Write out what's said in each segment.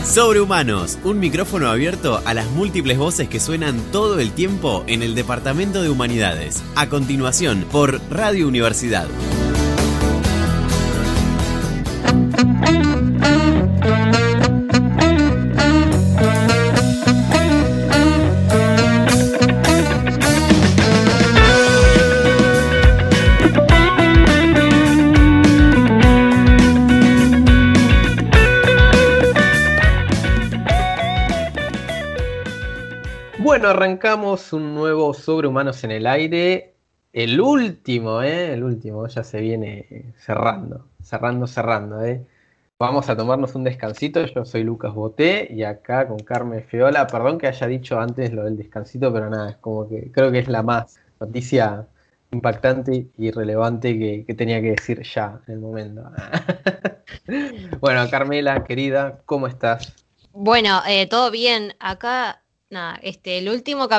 Sobrehumanos, un micrófono abierto a las múltiples voces que suenan todo el tiempo en el Departamento de Humanidades. A continuación, por Radio Universidad. Bueno, arrancamos un nuevo Sobrehumanos en el aire. El último, ya se viene cerrando. Vamos a tomarnos un descansito. Yo soy Lucas Boté y acá con Carmen Feola. Perdón que haya dicho antes lo del descansito, pero nada, es como que creo que es la más noticia impactante y relevante que tenía que decir ya en el momento. Bueno, Carmela, querida, ¿cómo estás? Bueno, todo bien. Acá, nada, el último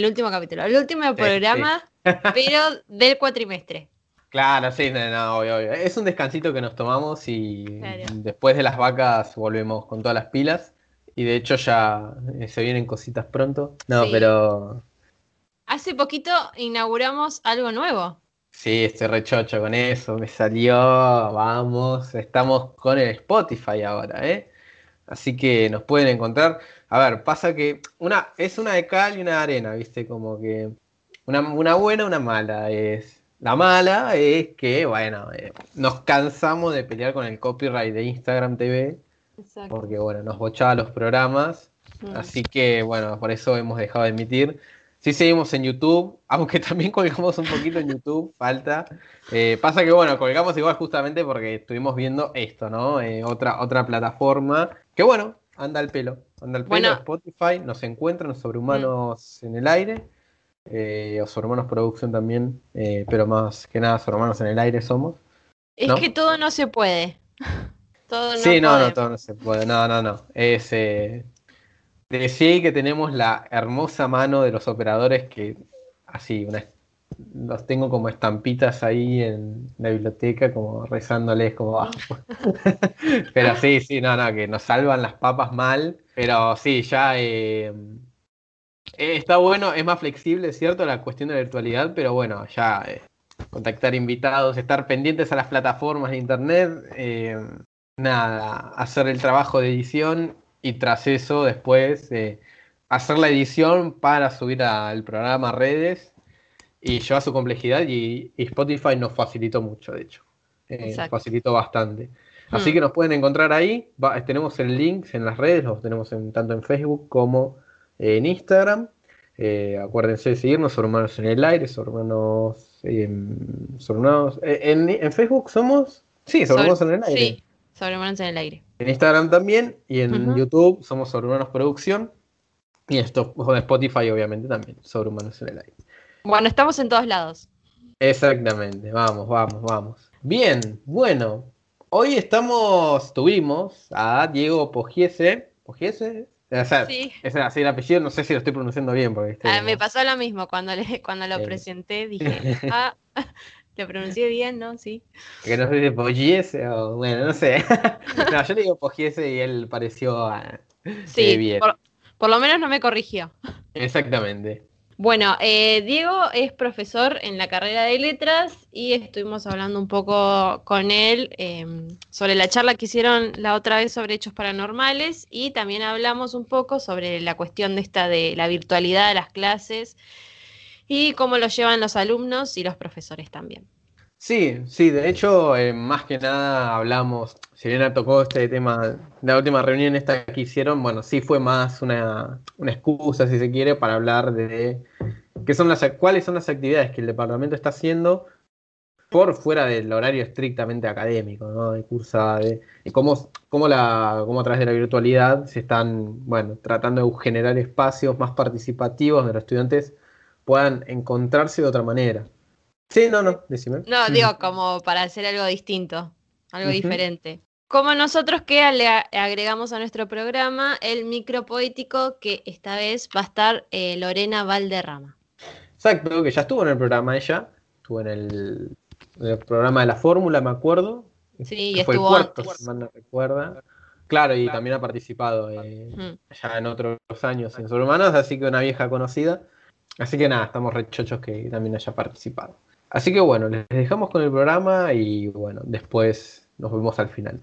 programa, pero del cuatrimestre. Claro, sí, no, obvio. Es un descansito que nos tomamos y Claro. después de las vacas volvemos con todas las pilas. Y de hecho ya se vienen cositas pronto. No, Sí. pero Hace poquito inauguramos algo nuevo. sí, estoy rechocho con eso. Me salió, vamos, estamos con el Spotify ahora, ¿eh? Así que nos pueden encontrar. A ver, pasa que es una de cal y una de arena, ¿viste? Como que una buena, una mala. La mala es que, bueno, nos cansamos de pelear con el copyright de Instagram TV, Exacto. porque, bueno, nos bochaba los programas. Así que, bueno, por eso hemos dejado de emitir. Sí seguimos en YouTube, aunque también colgamos un poquito en YouTube, falta. Pasa que, bueno, colgamos igual justamente porque estuvimos viendo esto, ¿no? Otra plataforma. Que, bueno, anda al pelo. Bueno. Spotify, nos encuentran Sobrehumanos en el aire. O Sobrehumanos Producción también, pero más que nada Sobrehumanos en el aire somos. Es ¿no? que todo no se puede. Todo Sí, no no, todo no se puede. No. Es decir que tenemos la hermosa mano de los operadores que así, los tengo como estampitas ahí en la biblioteca, como rezándoles como abajo. Pero sí, no, que nos salvan las papas mal. Pero sí, ya está bueno, es más flexible, es cierto, la cuestión de la virtualidad, pero bueno, ya contactar invitados, estar pendientes a las plataformas de internet, nada, hacer el trabajo de edición y tras eso después hacer la edición para subir al programa a redes y lleva su complejidad y Spotify nos facilitó mucho, de hecho, nos facilitó bastante. Así que nos pueden encontrar ahí, tenemos el link en las redes, los tenemos tanto en Facebook como en Instagram. Acuérdense de seguirnos, Sobrehumanos en el aire, Sobrehumanos en Facebook somos, sí, Sobrehumanos en el aire. Sí, Sobrehumanos en el aire. En Instagram también y en YouTube somos Sobrehumanos Producción y en Spotify obviamente también, Sobrehumanos en el aire. Bueno, estamos en todos lados. Exactamente, vamos. Bien, bueno, hoy tuvimos a Diego Pogiese. O sea, Sí. es así el apellido, no sé si lo estoy pronunciando bien. Porque Me pasó lo mismo cuando lo presenté, dije, lo pronuncié bien, ¿no? Sí. Que no sé si Pogiese o bueno, no sé. No, yo le digo Pogiese y él pareció Sí, bien. por lo menos no me corrigió. Exactamente. Bueno, Diego es profesor en la carrera de letras y estuvimos hablando un poco con él sobre la charla que hicieron la otra vez sobre hechos paranormales y también hablamos un poco sobre la cuestión de la virtualidad de las clases y cómo lo llevan los alumnos y los profesores también. Sí, de hecho, más que nada hablamos, si bien tocó este tema, la última reunión esta que hicieron, bueno, sí fue más una excusa, si se quiere, para hablar de cuáles son las actividades que el departamento está haciendo por fuera del horario estrictamente académico, ¿no? De cursa, y cómo a través de la virtualidad se están, bueno, tratando de generar espacios más participativos donde los estudiantes puedan encontrarse de otra manera. Sí, no, decime. No, digo, como para hacer algo distinto, algo diferente. Como nosotros que le agregamos a nuestro programa el micropoético, que esta vez va a estar Lorena Valderrama. Exacto, que ya estuvo en el programa ella, estuvo en el programa de la fórmula, me acuerdo. Sí, que y fue el estuvo cuarto, antes. si mal no recuerda. Claro, y también ha participado ya en otros años en Sobrehumanos, así que una vieja conocida. Así que nada, estamos rechochos que también haya participado. Así que bueno, les dejamos con el programa y bueno, después nos vemos al final.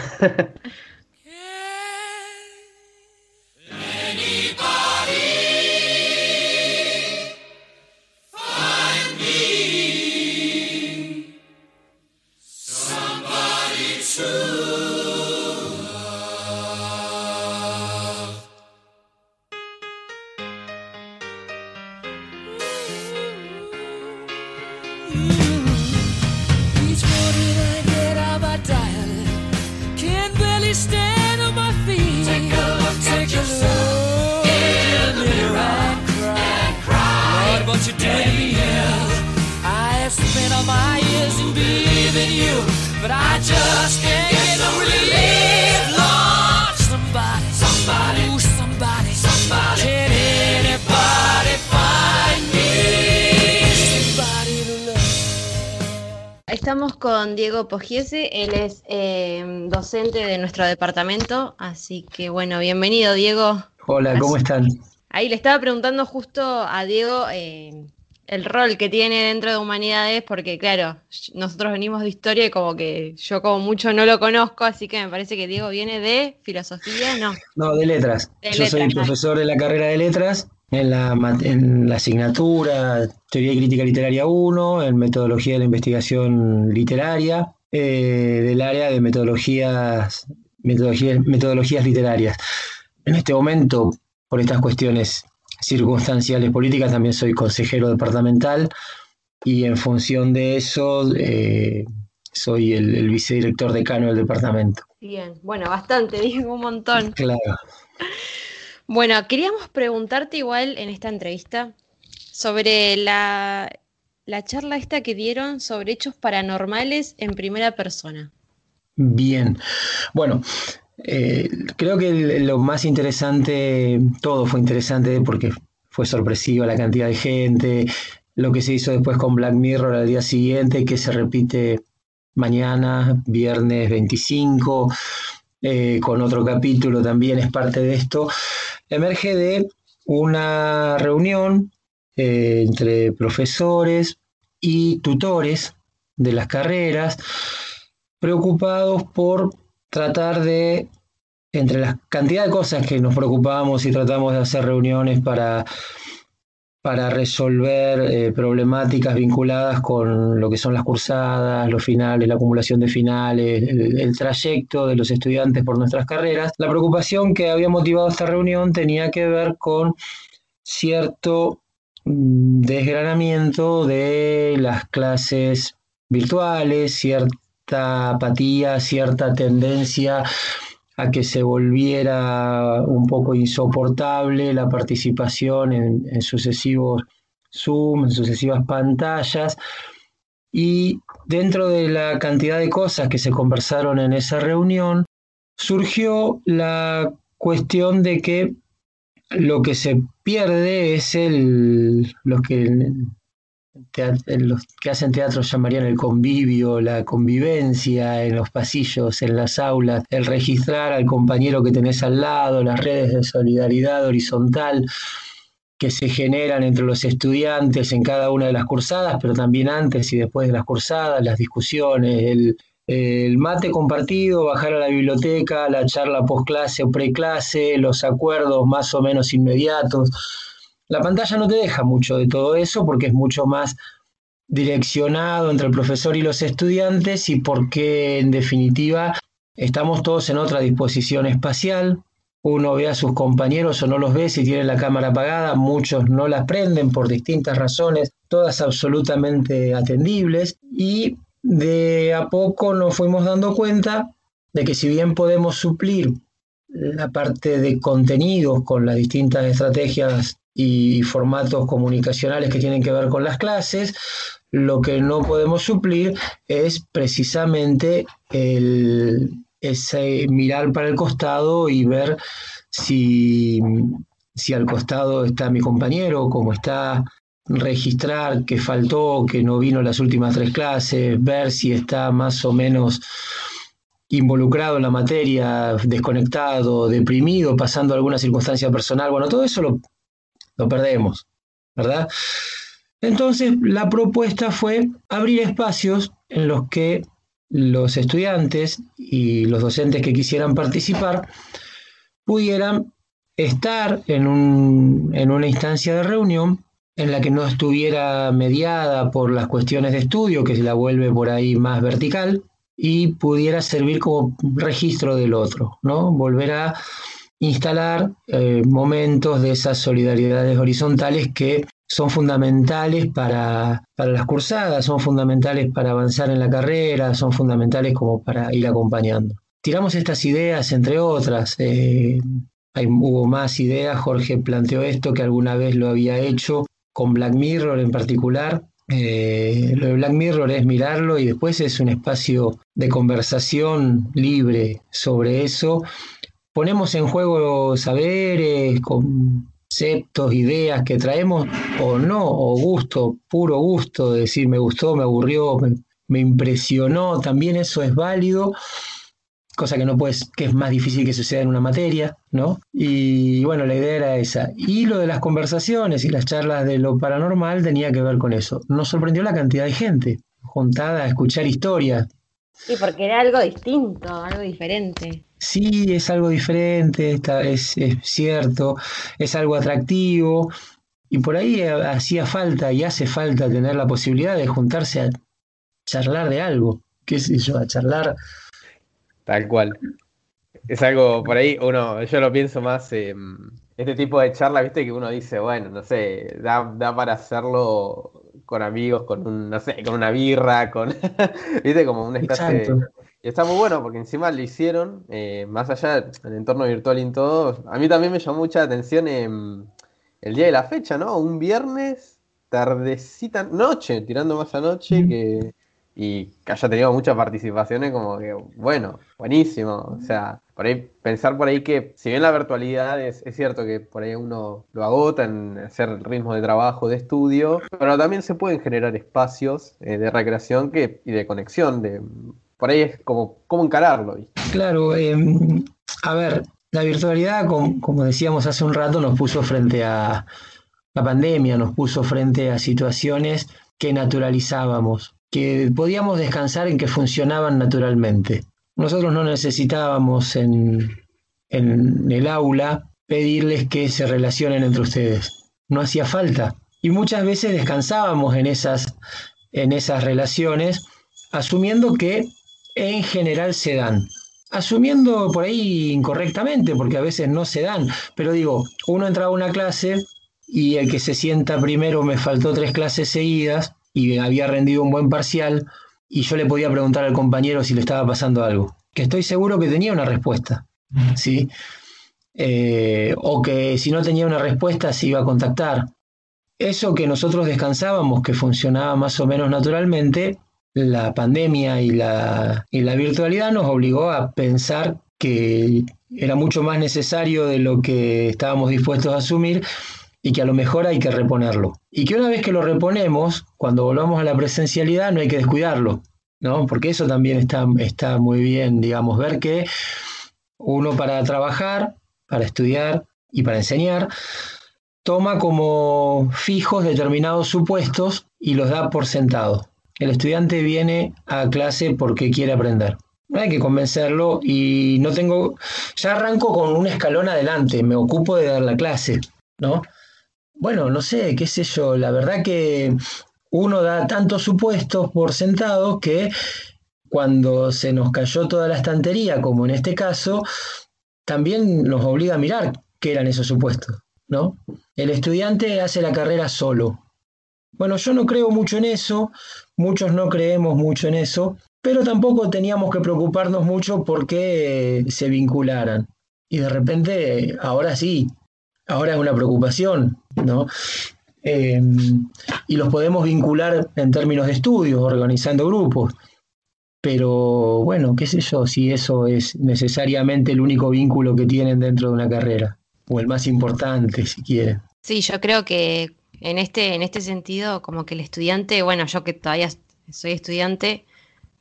Each morning I get out my diary, can't barely stand on my feet. Take a look at yourself in the mirror and cry. Lord, what you did to me is I have spent all my years in believing you, but I just can't get no relief. Lord, somebody, ooh, somebody, can anybody find me somebody to love? Estamos con Diego Pogiese, él es docente de nuestro departamento, así que bueno, bienvenido Diego. Hola, ¿cómo están? Ahí le estaba preguntando justo a Diego el rol que tiene dentro de Humanidades, porque claro, nosotros venimos de historia y como que yo como mucho no lo conozco, así que me parece que Diego viene de filosofía, ¿no? No, de letras. Yo soy profesor de la carrera de letras en la asignatura Teoría y Crítica Literaria 1, en Metodología de la Investigación Literaria, del área de metodologías literarias. En este momento, por estas cuestiones circunstanciales políticas, también soy consejero departamental y en función de eso soy el vicedirector decano del departamento. Bien, bueno, bastante, digo un montón. Claro. Bueno, queríamos preguntarte igual en esta entrevista sobre la charla esta que dieron sobre hechos paranormales en primera persona. Bien, bueno, creo que lo más interesante, todo fue interesante porque fue sorpresiva la cantidad de gente, lo que se hizo después con Black Mirror al día siguiente, que se repite mañana, viernes 25, con otro capítulo también es parte de esto, emerge de una reunión entre profesores y tutores de las carreras, preocupados por tratar de, entre la cantidad de cosas que nos preocupamos y tratamos de hacer reuniones para resolver problemáticas vinculadas con lo que son las cursadas, los finales, la acumulación de finales, el trayecto de los estudiantes por nuestras carreras. La preocupación que había motivado esta reunión tenía que ver con cierto desgranamiento de las clases virtuales, cierta apatía, cierta tendencia a que se volviera un poco insoportable la participación en sucesivos Zoom, en sucesivas pantallas, y dentro de la cantidad de cosas que se conversaron en esa reunión, surgió la cuestión de que lo que se pierde es los que hacen teatro llamarían el convivio, la convivencia en los pasillos, en las aulas, el registrar al compañero que tenés al lado, las redes de solidaridad horizontal que se generan entre los estudiantes en cada una de las cursadas, pero también antes y después de las cursadas, las discusiones, el mate compartido, bajar a la biblioteca, la charla postclase o preclase, los acuerdos más o menos inmediatos. La pantalla no te deja mucho de todo eso porque es mucho más direccionado entre el profesor y los estudiantes y porque en definitiva estamos todos en otra disposición espacial. Uno ve a sus compañeros o no los ve si tienen la cámara apagada, muchos no la prenden por distintas razones, todas absolutamente atendibles, y de a poco nos fuimos dando cuenta de que si bien podemos suplir la parte de contenidos con las distintas estrategias y formatos comunicacionales que tienen que ver con las clases, lo que no podemos suplir es precisamente ese mirar para el costado y ver si al costado está mi compañero, cómo está, registrar que faltó, que no vino las últimas 3 clases, ver si está más o menos involucrado en la materia, desconectado, deprimido, pasando alguna circunstancia personal, bueno, todo eso lo perdemos, ¿verdad? Entonces, la propuesta fue abrir espacios en los que los estudiantes y los docentes que quisieran participar pudieran estar en una instancia de reunión en la que no estuviera mediada por las cuestiones de estudio, que se la vuelve por ahí más vertical, y pudiera servir como registro del otro, ¿no? Volver a instalar momentos de esas solidaridades horizontales que son fundamentales para las cursadas, son fundamentales para avanzar en la carrera, son fundamentales como para ir acompañando. Tiramos estas ideas, entre otras, hubo más ideas, Jorge planteó esto, que alguna vez lo había hecho, con Black Mirror en particular. Lo de Black Mirror es mirarlo y después es un espacio de conversación libre sobre eso. Ponemos en juego saberes, conceptos, ideas que traemos o no, o gusto, puro gusto, de decir me gustó, me aburrió, me impresionó, también eso es válido, cosa que es más difícil que suceda en una materia, ¿no? Y bueno, la idea era esa. Y lo de las conversaciones y las charlas de lo paranormal tenía que ver con eso. Nos sorprendió la cantidad de gente juntada a escuchar historias. Sí, porque era algo distinto, algo diferente. Sí, es algo diferente, es cierto, es algo atractivo. Y por ahí hacía falta y hace falta tener la posibilidad de juntarse a charlar de algo, qué sé yo, a charlar. Tal cual. Es algo por ahí, yo lo pienso más, este tipo de charla, viste, que uno dice, bueno, no sé, da para hacerlo con amigos, no sé, con una birra, viste, como una especie Exacto. Y está muy bueno porque encima lo hicieron, más allá del entorno virtual y todo, a mí también me llamó mucha atención el día de la fecha, ¿no? Un viernes, tardecita, noche, tirando más a noche, y que haya tenido muchas participaciones, como que, bueno, buenísimo. O sea, por ahí, pensar por ahí que, si bien la virtualidad es cierto que por ahí uno lo agota en hacer ritmos de trabajo, de estudio, pero también se pueden generar espacios de recreación y de conexión, por ahí es como cómo encararlo, ¿viste? Claro, a ver, la virtualidad, como decíamos hace un rato, nos puso frente a la pandemia, nos puso frente a situaciones que naturalizábamos, que podíamos descansar en que funcionaban naturalmente. Nosotros no necesitábamos en el aula pedirles que se relacionen entre ustedes. No hacía falta. Y muchas veces descansábamos en esas relaciones, asumiendo que en general se dan. Asumiendo por ahí incorrectamente, porque a veces no se dan. Pero digo, uno entraba a una clase y el que se sienta primero me faltó 3 clases seguidas y había rendido un buen parcial y yo le podía preguntar al compañero si le estaba pasando algo. Que estoy seguro que tenía una respuesta, ¿sí? O que si no tenía una respuesta se iba a contactar. Eso que nosotros descansábamos, que funcionaba más o menos naturalmente, la pandemia y la virtualidad nos obligó a pensar que era mucho más necesario de lo que estábamos dispuestos a asumir y que a lo mejor hay que reponerlo. Y que una vez que lo reponemos, cuando volvamos a la presencialidad, no hay que descuidarlo, ¿no? Porque eso también está muy bien, digamos, ver que uno para trabajar, para estudiar y para enseñar, toma como fijos determinados supuestos y los da por sentado. El estudiante viene a clase porque quiere aprender. Hay que convencerlo y ya arranco con un escalón adelante, me ocupo de dar la clase, ¿no? Bueno, no sé, qué sé yo, la verdad que uno da tantos supuestos por sentados que cuando se nos cayó toda la estantería, como en este caso, también nos obliga a mirar qué eran esos supuestos, ¿no? El estudiante hace la carrera solo. Bueno, yo no creo mucho en eso, muchos no creemos mucho en eso, pero tampoco teníamos que preocuparnos mucho porque se vincularan. Y de repente, ahora sí, ahora es una preocupación, ¿no? Y los podemos vincular en términos de estudios, organizando grupos. Pero bueno, qué sé yo, si eso es necesariamente el único vínculo que tienen dentro de una carrera, o el más importante, si quieren. Sí, yo creo que en este sentido, como que el estudiante, bueno, yo que todavía soy estudiante,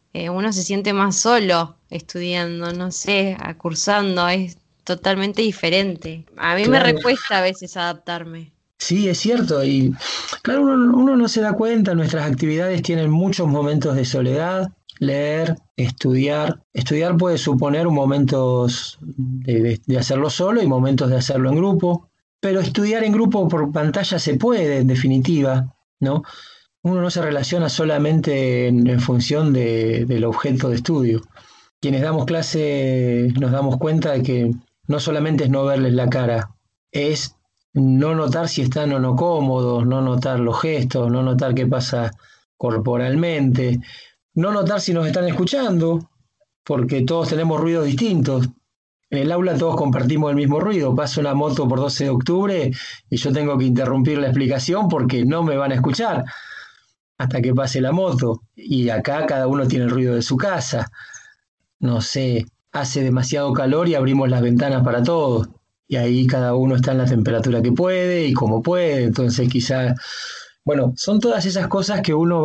uno se siente más solo estudiando, no sé, cursando, es totalmente diferente. A mí me Claro. recuesta a veces adaptarme. Sí, es cierto. Y claro, uno no se da cuenta, nuestras actividades tienen muchos momentos de soledad. Leer, estudiar. Estudiar puede suponer momentos de hacerlo solo y momentos de hacerlo en grupo. Pero estudiar en grupo por pantalla se puede, en definitiva, ¿no? Uno no se relaciona solamente en función del objeto de estudio. Quienes damos clase nos damos cuenta de que no solamente es no verles la cara, es no notar si están o no cómodos, no notar los gestos, no notar qué pasa corporalmente, no notar si nos están escuchando, porque todos tenemos ruidos distintos. En el aula todos compartimos el mismo ruido. Pasa una moto por 12 de octubre y yo tengo que interrumpir la explicación porque no me van a escuchar hasta que pase la moto. Y acá cada uno tiene el ruido de su casa. No sé, hace demasiado calor y abrimos las ventanas para todos. Y ahí cada uno está en la temperatura que puede y como puede. Entonces quizá, bueno, son todas esas cosas que uno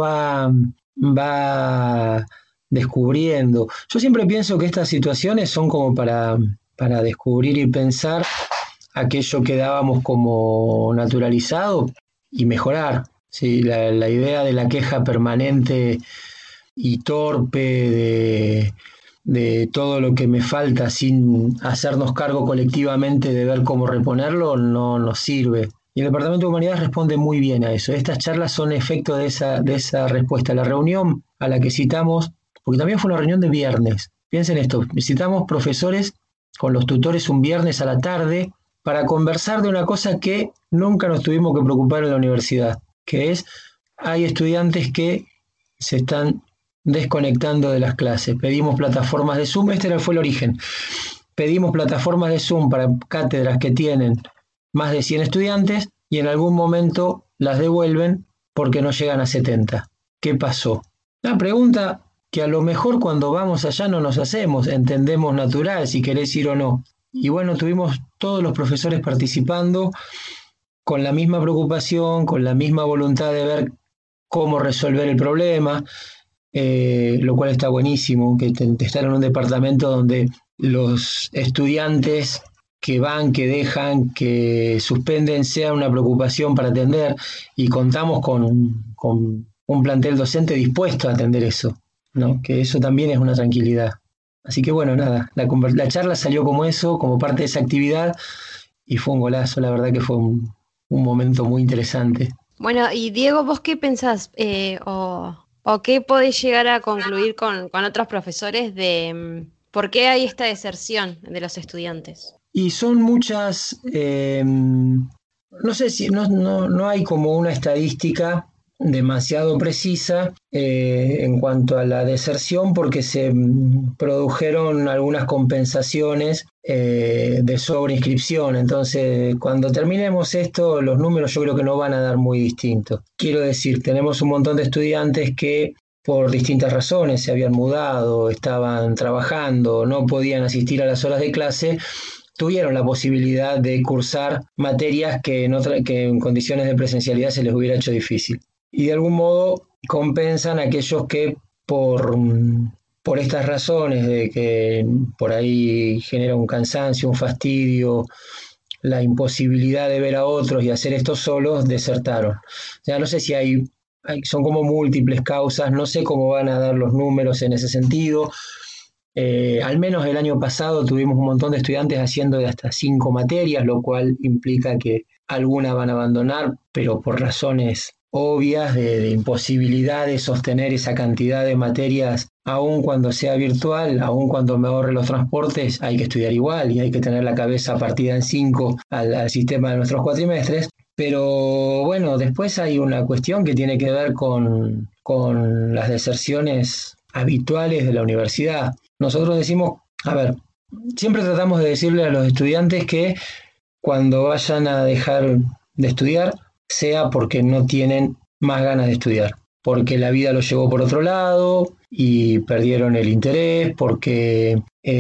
va descubriendo. Yo siempre pienso que estas situaciones son como para descubrir y pensar aquello que dábamos como naturalizado y mejorar. Sí, la idea de la queja permanente y torpe de todo lo que me falta sin hacernos cargo colectivamente de ver cómo reponerlo no nos sirve. Y el Departamento de Humanidades responde muy bien a eso. Estas charlas son efecto de esa respuesta. La reunión a la que citamos, porque también fue una reunión de viernes. Piensen esto, visitamos profesores con los tutores un viernes a la tarde para conversar de una cosa que nunca nos tuvimos que preocupar en la universidad, que es, hay estudiantes que se están desconectando de las clases. Pedimos plataformas de Zoom, fue el origen. Pedimos plataformas de Zoom para cátedras que tienen más de 100 estudiantes y en algún momento las devuelven porque no llegan a 70. ¿Qué pasó? La pregunta que a lo mejor cuando vamos allá no nos hacemos, entendemos natural si querés ir o no. Y bueno, tuvimos todos los profesores participando con la misma preocupación, con la misma voluntad de ver cómo resolver el problema, lo cual está buenísimo, que estar en un departamento donde los estudiantes que van, que dejan, que suspenden, sea una preocupación para atender, y contamos con un plantel docente dispuesto a atender eso, ¿no? Que eso también es una tranquilidad. Así que bueno, nada, la charla salió como eso, como parte de esa actividad, y fue un golazo, la verdad que fue un momento muy interesante. Bueno, y Diego, ¿vos qué pensás o qué podés llegar a concluir con otros profesores de por qué hay esta deserción de los estudiantes? Y son muchas, no sé si no hay como una estadística demasiado precisa en cuanto a la deserción, porque se produjeron algunas compensaciones de sobreinscripción. Entonces, cuando terminemos esto, los números yo creo que no van a dar muy distintos. Quiero decir, tenemos un montón de estudiantes que por distintas razones se habían mudado, estaban trabajando, no podían asistir a las horas de clase, tuvieron la posibilidad de cursar materias que en condiciones de presencialidad se les hubiera hecho difícil. Y de algún modo compensan a aquellos que por estas razones de que por ahí genera un cansancio, un fastidio, la imposibilidad de ver a otros y hacer esto solos, desertaron. O sea, no sé si son como múltiples causas, no sé cómo van a dar los números en ese sentido. Al menos el año pasado tuvimos un montón de estudiantes haciendo de hasta 5 materias, lo cual implica que algunas van a abandonar, pero por razones obvias de imposibilidad de sostener esa cantidad de materias, aun cuando sea virtual, aun cuando me ahorre los transportes, hay que estudiar igual y hay que tener la cabeza partida en 5 al sistema de nuestros cuatrimestres. Pero bueno, después hay una cuestión que tiene que ver con las deserciones habituales de la universidad. Nosotros decimos, siempre tratamos de decirle a los estudiantes que cuando vayan a dejar de estudiar, sea porque no tienen más ganas de estudiar, porque la vida los llevó por otro lado y perdieron el interés, porque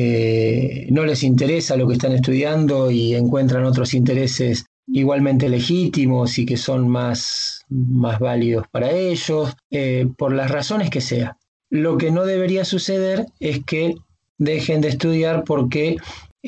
no les interesa lo que están estudiando y encuentran otros intereses igualmente legítimos y que son más válidos para ellos, por las razones que sea. Lo que no debería suceder es que dejen de estudiar porque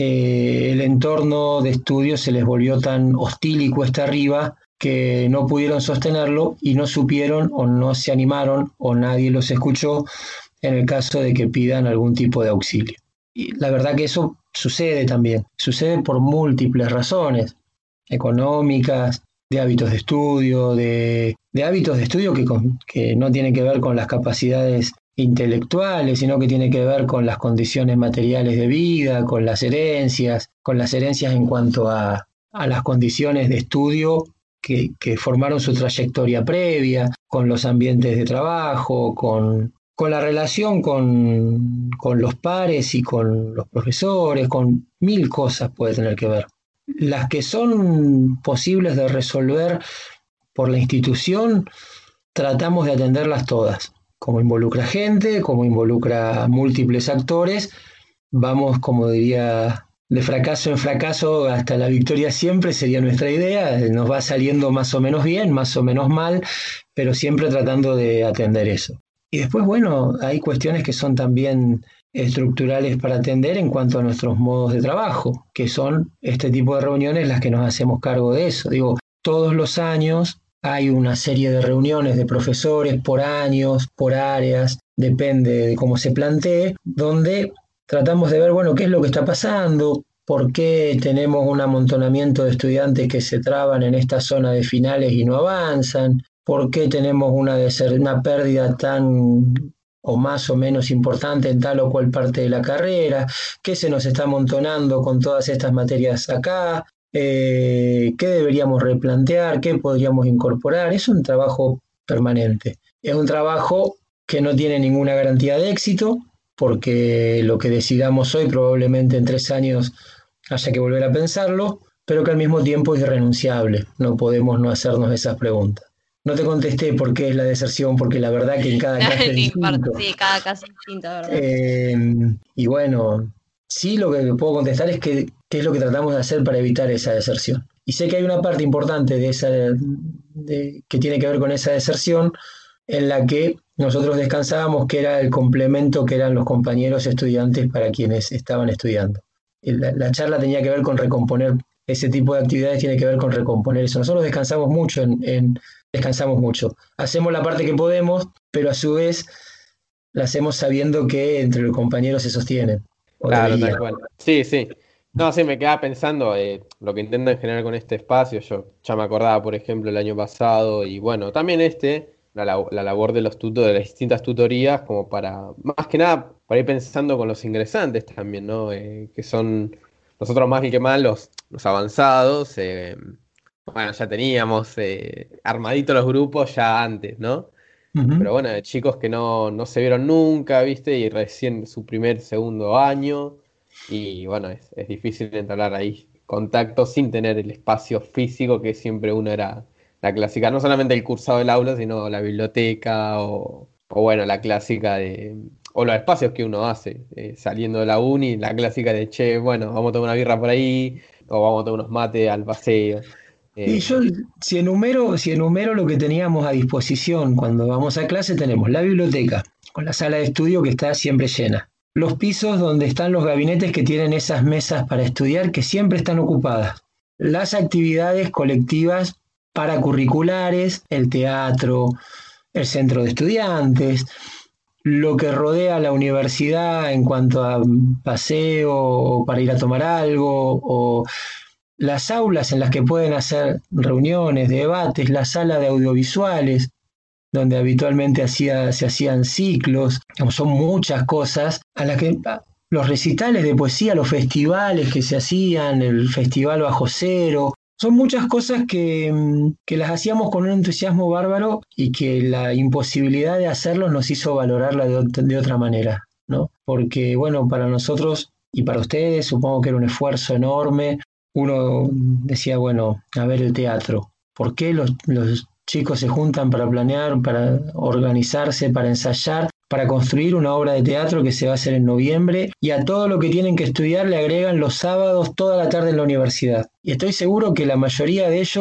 el entorno de estudio se les volvió tan hostil y cuesta arriba que no pudieron sostenerlo y no supieron o no se animaron o nadie los escuchó en el caso de que pidan algún tipo de auxilio. Y la verdad que eso sucede también, sucede por múltiples razones, económicas, de hábitos de estudio, de hábitos de estudio que no tienen que ver con las capacidades intelectuales, sino que tiene que ver con las condiciones materiales de vida, con las herencias en cuanto a las condiciones de estudio que formaron su trayectoria previa, con los ambientes de trabajo, con la relación con los pares y con los profesores, con mil cosas puede tener que ver. Las que son posibles de resolver por la institución, tratamos de atenderlas todas. Como involucra gente, como involucra múltiples actores, vamos, como diría, de fracaso en fracaso hasta la victoria siempre sería nuestra idea. Nos va saliendo más o menos bien, más o menos mal, pero siempre tratando de atender eso. Y después, bueno, hay cuestiones que son también estructurales para atender en cuanto a nuestros modos de trabajo, que son este tipo de reuniones las que nos hacemos cargo de eso. Digo, todos los años hay una serie de reuniones de profesores por años, por áreas, depende de cómo se plantee, donde tratamos de ver, bueno, qué es lo que está pasando, por qué tenemos un amontonamiento de estudiantes que se traban en esta zona de finales y no avanzan, por qué tenemos una pérdida tan o más o menos importante en tal o cual parte de la carrera, qué se nos está amontonando con todas estas materias acá, qué deberíamos replantear, qué podríamos incorporar. Es un trabajo permanente. Es un trabajo que no tiene ninguna garantía de éxito, porque lo que decidamos hoy probablemente en 3 años haya que volver a pensarlo, pero que al mismo tiempo es irrenunciable. No podemos no hacernos esas preguntas. No te contesté por qué es la deserción, porque la verdad que en cada caso es distinto. Sí, cada caso es distinto, ¿verdad? Y bueno, sí, lo que puedo contestar es qué es lo que tratamos de hacer para evitar esa deserción. Y sé que hay una parte importante que tiene que ver con esa deserción, en la que nosotros descansábamos, que era el complemento que eran los compañeros estudiantes para quienes estaban estudiando. La charla tenía que ver con recomponer, ese tipo de actividades tiene que ver con recomponer eso. Nosotros descansamos mucho. Hacemos la parte que podemos, pero a su vez la hacemos sabiendo que entre los compañeros se sostienen. Claro, tal cual. Sí, sí. No, sí, me quedaba pensando lo que intentan generar con este espacio. Yo ya me acordaba, por ejemplo, el año pasado, y bueno, también la labor de de las distintas tutorías, como más que nada, para ir pensando con los ingresantes también, ¿no? Que son nosotros más que mal los avanzados. Bueno, ya teníamos armaditos los grupos ya antes, ¿no? Uh-huh. Pero bueno, de chicos que no se vieron nunca, ¿viste? Y recién su segundo año. Y bueno, es difícil entablar ahí contacto sin tener el espacio físico que siempre uno era la clásica, no solamente el cursado del aula, sino la biblioteca o bueno, la clásica o los espacios que uno hace saliendo de la uni, la clásica de, che, bueno, vamos a tomar una birra por ahí o vamos a tomar unos mates al paseo. Y yo, si enumero lo que teníamos a disposición cuando vamos a clase, tenemos la biblioteca, con la sala de estudio que está siempre llena. Los pisos donde están los gabinetes que tienen esas mesas para estudiar que siempre están ocupadas. Las actividades colectivas paracurriculares, el teatro, el centro de estudiantes, lo que rodea a la universidad en cuanto a paseo o para ir a tomar algo, o las aulas en las que pueden hacer reuniones, debates, la sala de audiovisuales, donde habitualmente se hacían ciclos. Son muchas cosas a las que los recitales de poesía, los festivales que se hacían, el Festival Bajo Cero, son muchas cosas que las hacíamos con un entusiasmo bárbaro y que la imposibilidad de hacerlos nos hizo valorarla de otra manera, ¿no? Porque, bueno, para nosotros y para ustedes supongo que era un esfuerzo enorme. Uno decía, bueno, a ver el teatro, ¿por qué los chicos se juntan para planear, para organizarse, para ensayar, para construir una obra de teatro que se va a hacer en noviembre, y a todo lo que tienen que estudiar le agregan los sábados toda la tarde en la universidad? Y estoy seguro que la mayoría de ellos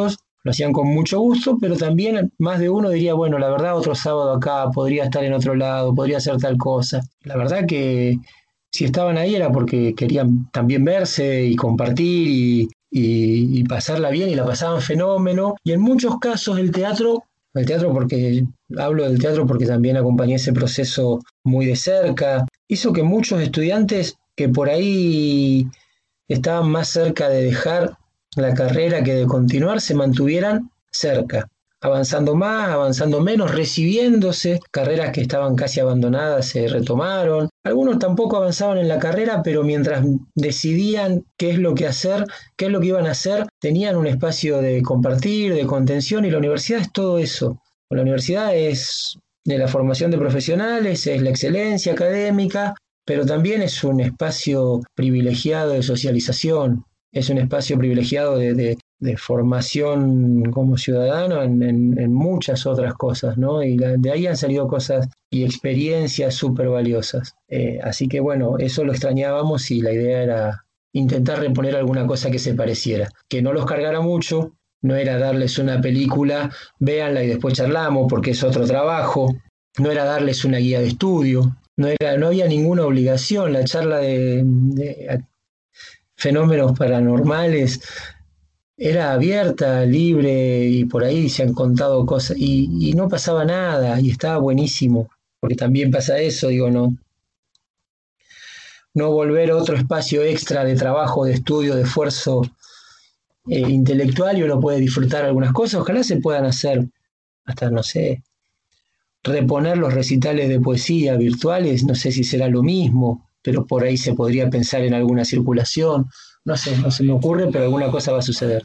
lo hacían con mucho gusto, pero también más de uno diría, bueno, la verdad otro sábado acá, podría estar en otro lado, podría hacer tal cosa. La verdad que si estaban ahí era porque querían también verse y compartir y pasarla bien, y la pasaban fenómeno. Y en muchos casos el teatro porque hablo del teatro porque también acompañé ese proceso muy de cerca, hizo que muchos estudiantes que por ahí estaban más cerca de dejar la carrera que de continuar, se mantuvieran cerca, avanzando más, avanzando menos, recibiéndose. Carreras que estaban casi abandonadas se retomaron. Algunos tampoco avanzaban en la carrera, pero mientras decidían qué es lo que hacer, qué es lo que iban a hacer, tenían un espacio de compartir, de contención, y la universidad es todo eso. La universidad es de la formación de profesionales, es la excelencia académica, pero también es un espacio privilegiado de socialización, es un espacio privilegiado de formación como ciudadano en muchas otras cosas, ¿no? Y de ahí han salido cosas y experiencias súper valiosas. Así que bueno, eso lo extrañábamos y la idea era intentar reponer alguna cosa que se pareciera, que no los cargara mucho, no era darles una película, véanla y después charlamos porque es otro trabajo, no era darles una guía de estudio, no había ninguna obligación. La charla de fenómenos paranormales era abierta, libre, y por ahí se han contado cosas y no pasaba nada, y estaba buenísimo, porque también pasa eso, digo, no volver a otro espacio extra de trabajo, de estudio, de esfuerzo intelectual, y uno puede disfrutar algunas cosas. Ojalá se puedan hacer hasta, no sé, reponer los recitales de poesía virtuales, no sé si será lo mismo, pero por ahí se podría pensar en alguna circulación. No sé, no se me ocurre, pero alguna cosa va a suceder.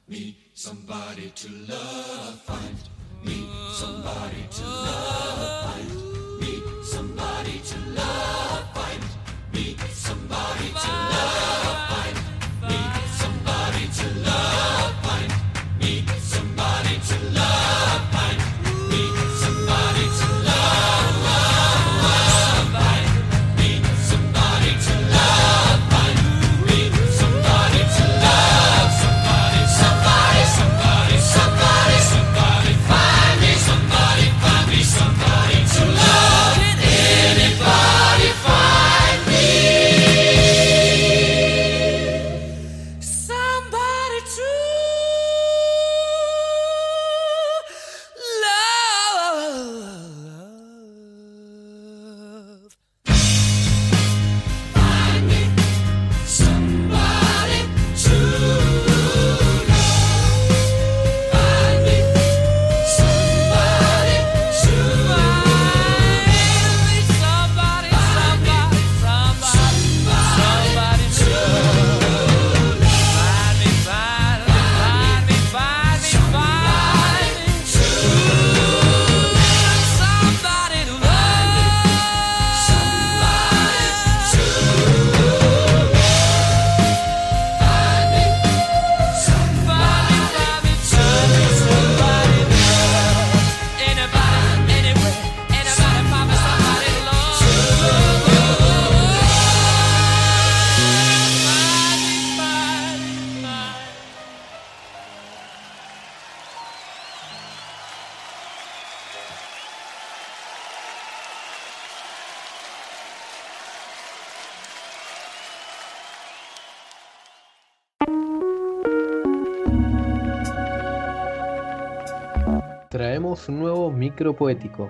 Traemos un nuevo micro poético,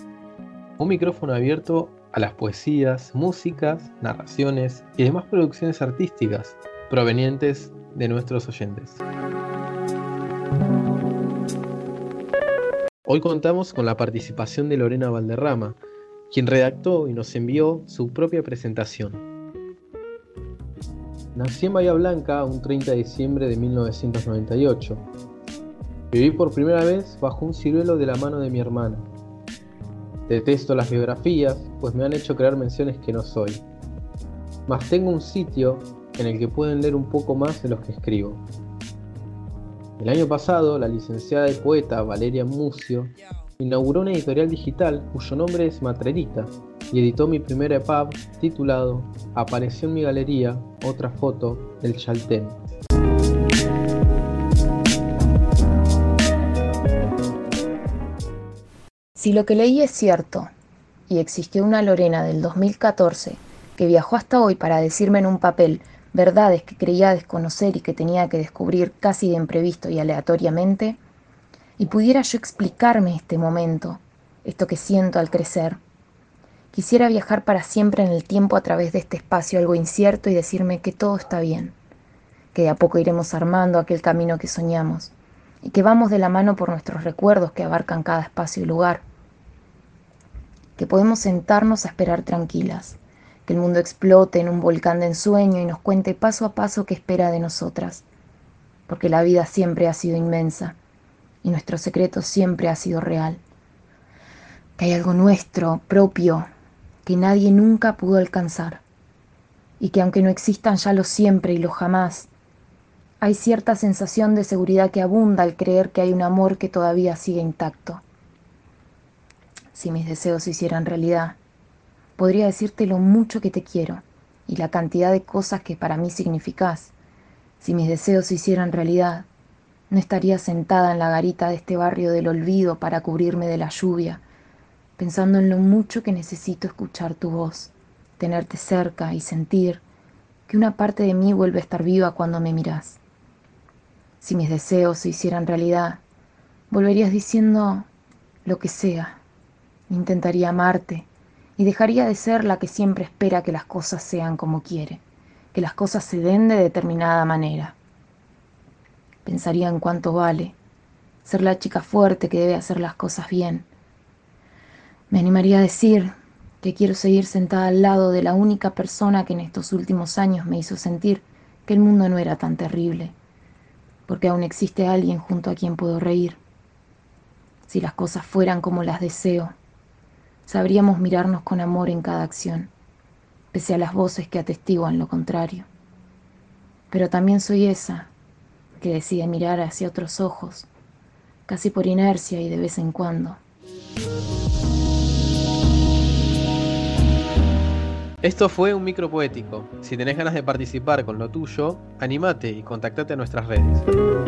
un micrófono abierto a las poesías, músicas, narraciones y demás producciones artísticas provenientes de nuestros oyentes. Hoy contamos con la participación de Lorena Valderrama, quien redactó y nos envió su propia presentación. Nací en Bahía Blanca un 30 de diciembre de 1998. Viví por primera vez bajo un ciruelo de la mano de mi hermana. Detesto las biografías, pues me han hecho crear menciones que no soy. Mas tengo un sitio en el que pueden leer un poco más de lo que escribo. El año pasado, la licenciada y poeta Valeria Mucio inauguró una editorial digital cuyo nombre es Matrerita y editó mi primer EPUB titulado Apareció en mi galería otra foto del Chaltén. Si lo que leí es cierto, y existió una Lorena del 2014 que viajó hasta hoy para decirme en un papel verdades que creía desconocer y que tenía que descubrir casi de imprevisto y aleatoriamente, y pudiera yo explicarme este momento, esto que siento al crecer, quisiera viajar para siempre en el tiempo a través de este espacio algo incierto y decirme que todo está bien, que de a poco iremos armando aquel camino que soñamos, y que vamos de la mano por nuestros recuerdos que abarcan cada espacio y lugar, que podemos sentarnos a esperar tranquilas, que el mundo explote en un volcán de ensueño y nos cuente paso a paso qué espera de nosotras, porque la vida siempre ha sido inmensa y nuestro secreto siempre ha sido real, que hay algo nuestro, propio, que nadie nunca pudo alcanzar, y que aunque no existan ya lo siempre y lo jamás, hay cierta sensación de seguridad que abunda al creer que hay un amor que todavía sigue intacto. Si mis deseos se hicieran realidad, podría decirte lo mucho que te quiero y la cantidad de cosas que para mí significás. Si mis deseos se hicieran realidad, no estaría sentada en la garita de este barrio del olvido para cubrirme de la lluvia, pensando en lo mucho que necesito escuchar tu voz, tenerte cerca y sentir que una parte de mí vuelve a estar viva cuando me mirás. Si mis deseos se hicieran realidad, volverías diciendo lo que sea. Intentaría amarte y dejaría de ser la que siempre espera que las cosas sean como quiere, que las cosas se den de determinada manera. Pensaría en cuánto vale ser la chica fuerte que debe hacer las cosas bien. Me animaría a decir que quiero seguir sentada al lado de la única persona que en estos últimos años me hizo sentir que el mundo no era tan terrible, porque aún existe alguien junto a quien puedo reír. Si las cosas fueran como las deseo, sabríamos mirarnos con amor en cada acción, pese a las voces que atestiguan lo contrario. Pero también soy esa que decide mirar hacia otros ojos, casi por inercia y de vez en cuando. Esto fue un micro poético. Si tenés ganas de participar con lo tuyo, animate y contactate a nuestras redes.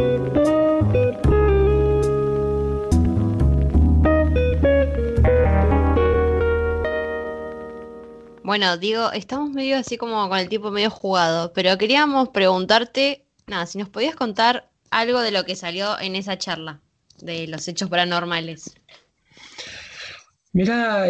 Bueno, Diego, estamos medio así como con el tiempo medio jugado, pero queríamos preguntarte, nada, si nos podías contar algo de lo que salió en esa charla, de los hechos paranormales. Mirá,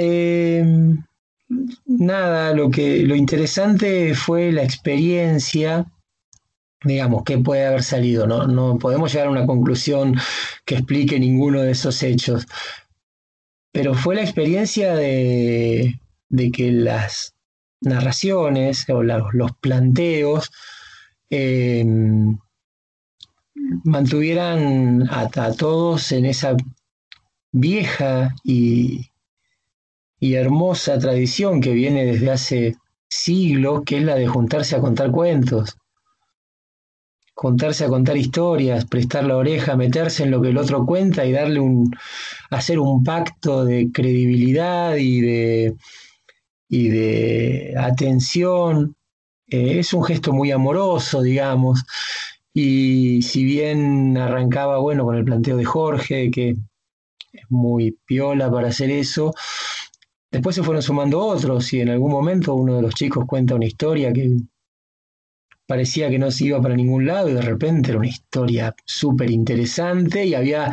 nada, lo interesante fue la experiencia, digamos, que puede haber salido. No podemos llegar a una conclusión que explique ninguno de esos hechos, pero fue la experiencia de que las narraciones o los planteos eh, mantuvieran a todos en esa vieja y hermosa tradición que viene desde hace siglos, que es la de juntarse a contar cuentos, juntarse a contar historias, prestar la oreja, meterse en lo que el otro cuenta y hacer un pacto de credibilidad y de atención. Es un gesto muy amoroso, digamos, y si bien arrancaba, bueno, con el planteo de Jorge, que es muy piola para hacer eso, después se fueron sumando otros y en algún momento uno de los chicos cuenta una historia que parecía que no se iba para ningún lado y de repente era una historia súper interesante y había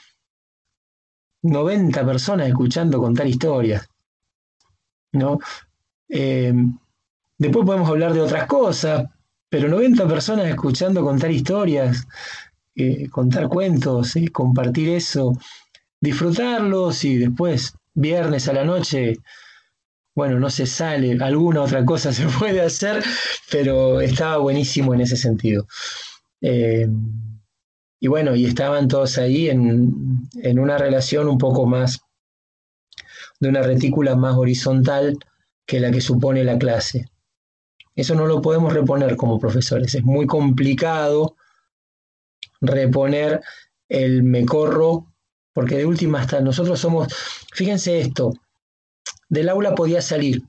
90 personas escuchando contar historias, ¿no? Después podemos hablar de otras cosas, pero 90 personas escuchando contar historias, contar cuentos, compartir eso, disfrutarlos y después, viernes a la noche, bueno, no se sale, alguna otra cosa se puede hacer, pero estaba buenísimo en ese sentido. Y bueno, y estaban todos ahí en una relación un poco más, de una retícula más horizontal que la que supone la clase. Eso no lo podemos reponer como profesores, es muy complicado reponer el me corro, porque de última hasta nosotros somos, fíjense esto, del aula podía salir,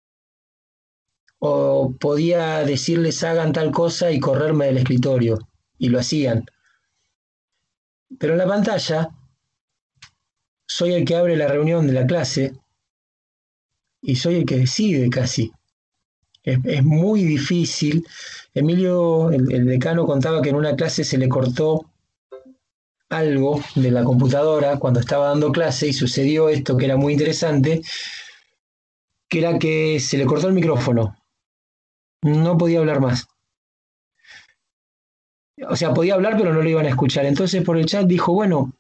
o podía decirles hagan tal cosa y correrme del escritorio, y lo hacían. Pero en la pantalla soy el que abre la reunión de la clase y soy el que decide casi. Es muy difícil. Emilio, el decano, contaba que en una clase se le cortó algo de la computadora cuando estaba dando clase y sucedió esto que era muy interesante, que era que se le cortó el micrófono. No podía hablar más. O sea, podía hablar, pero no lo iban a escuchar. Entonces por el chat dijo, bueno,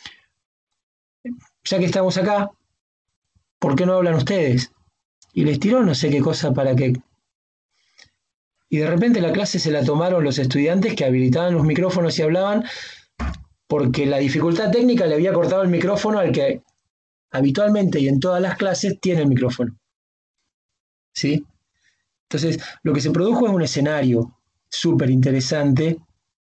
ya que estamos acá, ¿por qué no hablan ustedes? Y les tiró no sé qué cosa para que... Y de repente la clase se la tomaron los estudiantes que habilitaban los micrófonos y hablaban porque la dificultad técnica le había cortado el micrófono al que habitualmente y en todas las clases tiene el micrófono. ¿Sí? Entonces, lo que se produjo es un escenario súper interesante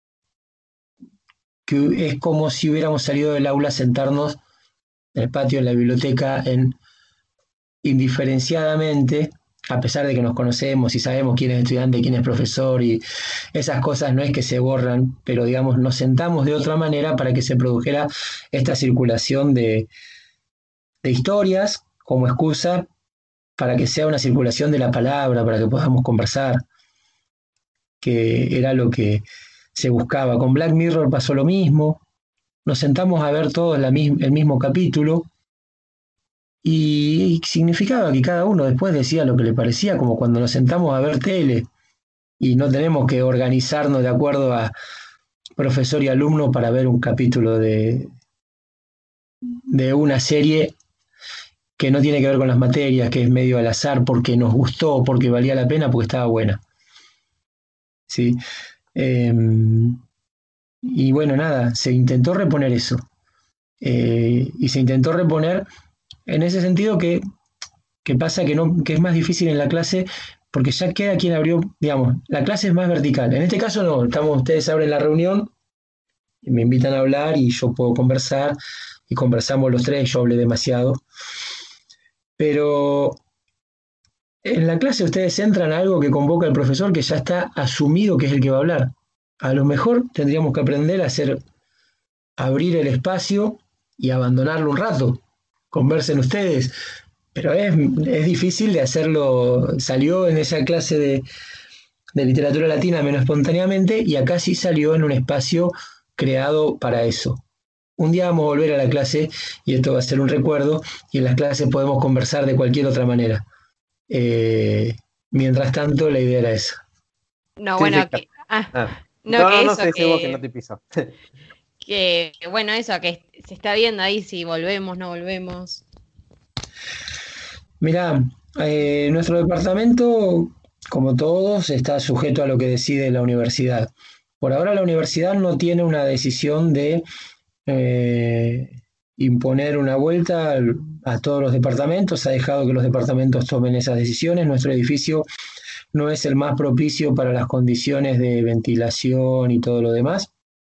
que es como si hubiéramos salido del aula a sentarnos en el patio, en la biblioteca, indiferenciadamente, a pesar de que nos conocemos y sabemos quién es estudiante, quién es profesor y esas cosas no es que se borran, pero digamos, nos sentamos de otra manera para que se produjera esta circulación de historias como excusa para que sea una circulación de la palabra, para que podamos conversar, que era lo que se buscaba. Con Black Mirror pasó lo mismo, nos sentamos a ver todos el mismo capítulo y significaba que cada uno después decía lo que le parecía, como cuando nos sentamos a ver tele y no tenemos que organizarnos de acuerdo a profesor y alumno para ver un capítulo de una serie que no tiene que ver con las materias, que es medio al azar porque nos gustó, porque valía la pena, porque estaba buena. ¿Sí? Y bueno, nada, se intentó reponer eso. Y se intentó reponer en ese sentido que pasa que es más difícil en la clase porque ya queda quien abrió, digamos, la clase es más vertical. En este caso no, ustedes abren la reunión, me invitan a hablar y yo puedo conversar y conversamos los tres, yo hablé demasiado. Pero en la clase ustedes entran a algo que convoca el profesor que ya está asumido que es el que va a hablar. A lo mejor tendríamos que aprender a abrir el espacio y abandonarlo un rato. Conversen ustedes. Pero es difícil de hacerlo. Salió en esa clase de literatura latina menos espontáneamente y acá sí salió en un espacio creado para eso. Un día vamos a volver a la clase y esto va a ser un recuerdo y en las clases podemos conversar de cualquier otra manera. Mientras tanto, la idea era esa. No, Sí, bueno, sí, que, no, que no eso, sé si vos que no te piso. que bueno, eso, que se está viendo ahí si volvemos, no volvemos. Mirá, nuestro departamento, como todos, está sujeto a lo que decide la universidad. Por ahora la universidad no tiene una decisión de imponer una vuelta a todos los departamentos, ha dejado que los departamentos tomen esas decisiones. Nuestro edificio no es el más propicio para las condiciones de ventilación y todo lo demás.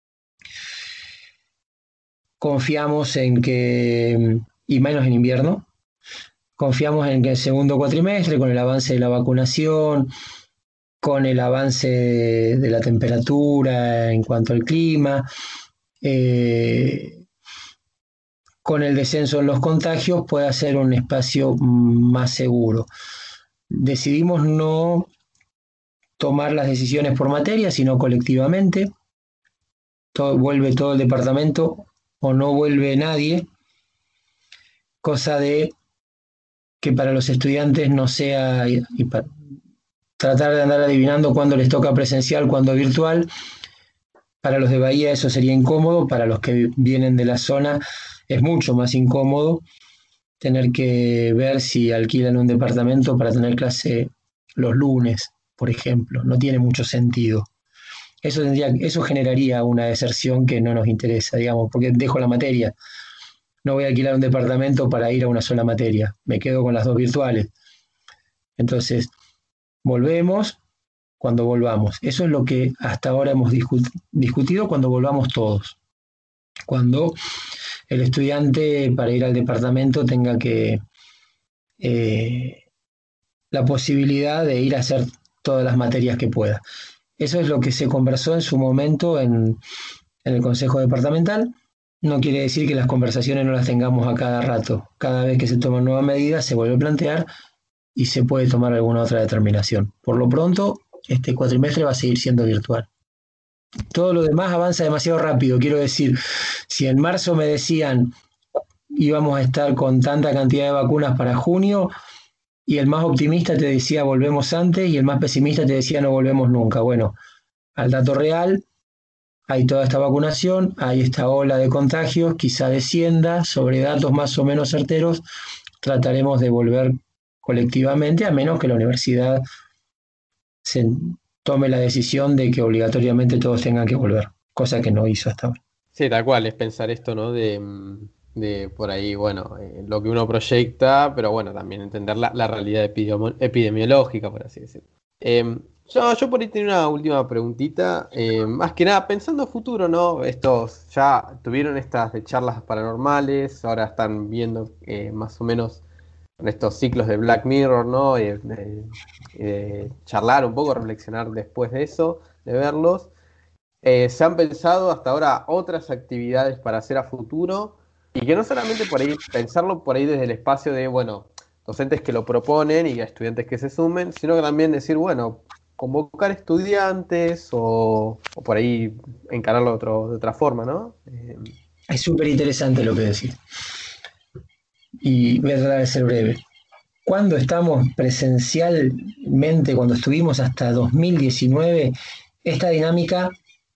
Confiamos en que, y menos en invierno, confiamos en que el segundo cuatrimestre, con el avance de la vacunación, con el avance de la temperatura en cuanto al clima, con el descenso en los contagios, pueda ser un espacio más seguro. Decidimos no tomar las decisiones por materia, sino colectivamente. Vuelve todo el departamento o no vuelve nadie, cosa de que para los estudiantes no sea, tratar de andar adivinando cuándo les toca presencial, cuándo virtual. Para los de Bahía eso sería incómodo, para los que vienen de la zona es mucho más incómodo tener que ver si alquilan un departamento para tener clase los lunes, por ejemplo. No tiene mucho sentido. Eso generaría una deserción que no nos interesa, digamos, porque dejo la materia. No voy a alquilar un departamento para ir a una sola materia. Me quedo con las dos virtuales. Entonces, volvemos cuando volvamos. Eso es lo que hasta ahora hemos discutido cuando volvamos todos. Cuando el estudiante para ir al departamento tenga la posibilidad de ir a hacer todas las materias que pueda. Eso es lo que se conversó en su momento en el Consejo Departamental no quiere decir que las conversaciones no las tengamos a cada rato. Cada vez que se toman nuevas medidas, se vuelve a plantear y se puede tomar alguna otra determinación. Por lo pronto, este cuatrimestre va a seguir siendo virtual. Todo lo demás avanza demasiado rápido. Quiero decir, si en marzo me decían íbamos a estar con tanta cantidad de vacunas para junio, y el más optimista te decía volvemos antes, y el más pesimista te decía no volvemos nunca. Bueno, al dato real, hay toda esta vacunación, hay esta ola de contagios, quizá descienda, sobre datos más o menos certeros, trataremos de volver colectivamente, a menos que la universidad se tome la decisión de que obligatoriamente todos tengan que volver, cosa que no hizo hasta ahora. Sí, tal cual, es pensar esto, ¿no? De por ahí, bueno, lo que uno proyecta, pero bueno, también entender la realidad epidemiológica, por así decirlo. Yo por ahí tenía una última preguntita, más que nada pensando en futuro, ¿no? Estos ya tuvieron estas de charlas paranormales, ahora están viendo más o menos estos ciclos de Black Mirror, ¿no? Charlar un poco, reflexionar después de eso, de verlos. Se han pensado hasta ahora otras actividades para hacer a futuro y que no solamente por ahí pensarlo por ahí desde el espacio de, bueno, docentes que lo proponen y estudiantes que se sumen, sino que también decir, bueno, convocar estudiantes o por ahí encararlo de otra forma, ¿no? Es súper interesante lo que decís. Y voy a tratar de ser breve. Cuando estamos presencialmente, cuando estuvimos hasta 2019, esta dinámica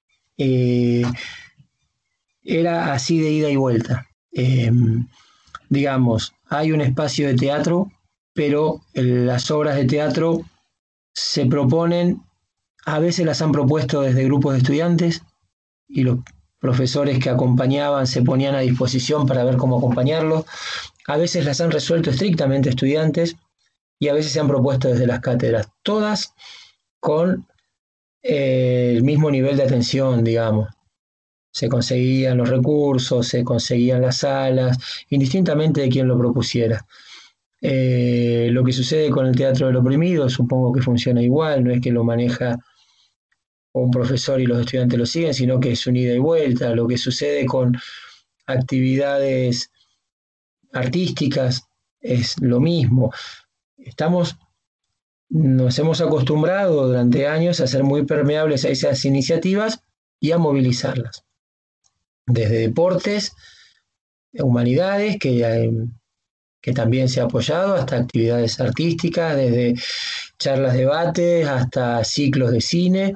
era así de ida y vuelta. Digamos, hay un espacio de teatro, pero las obras de teatro se proponen, a veces las han propuesto desde grupos de estudiantes y los profesores que acompañaban se ponían a disposición para ver cómo acompañarlos. A veces las han resuelto estrictamente estudiantes y a veces se han propuesto desde las cátedras, todas con el mismo nivel de atención, digamos. Se conseguían los recursos, se conseguían las salas, indistintamente de quién lo propusiera. Lo que sucede con el teatro del oprimido, supongo que funciona igual, no es que lo maneja un profesor y los estudiantes lo siguen, sino que es un ida y vuelta. Lo que sucede con actividades artísticas es lo mismo. Nos hemos acostumbrado durante años a ser muy permeables a esas iniciativas y a movilizarlas. Desde deportes, humanidades, que también se ha apoyado, hasta actividades artísticas, desde charlas, debates, hasta ciclos de cine.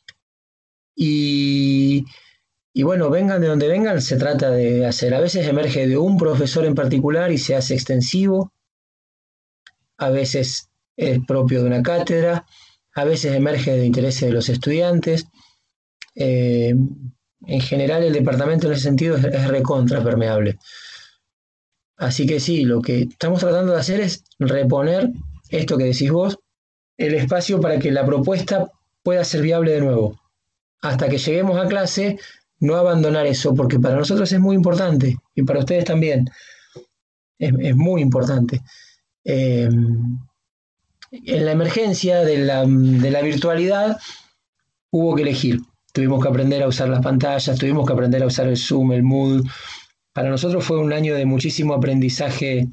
Y bueno, vengan de donde vengan, se trata de hacer. A veces emerge de un profesor en particular y se hace extensivo. A veces es propio de una cátedra. A veces emerge de intereses de los estudiantes. En general, el departamento en ese sentido es recontra permeable. Así que sí, lo que estamos tratando de hacer es reponer esto que decís vos, el espacio para que la propuesta pueda ser viable de nuevo. Hasta que lleguemos a clase, no abandonar eso, porque para nosotros es muy importante, y para ustedes también. Es muy importante. En la emergencia de la virtualidad hubo que elegir. Tuvimos que aprender a usar las pantallas, tuvimos que aprender a usar el Zoom, el Moodle. Para nosotros fue un año de muchísimo aprendizaje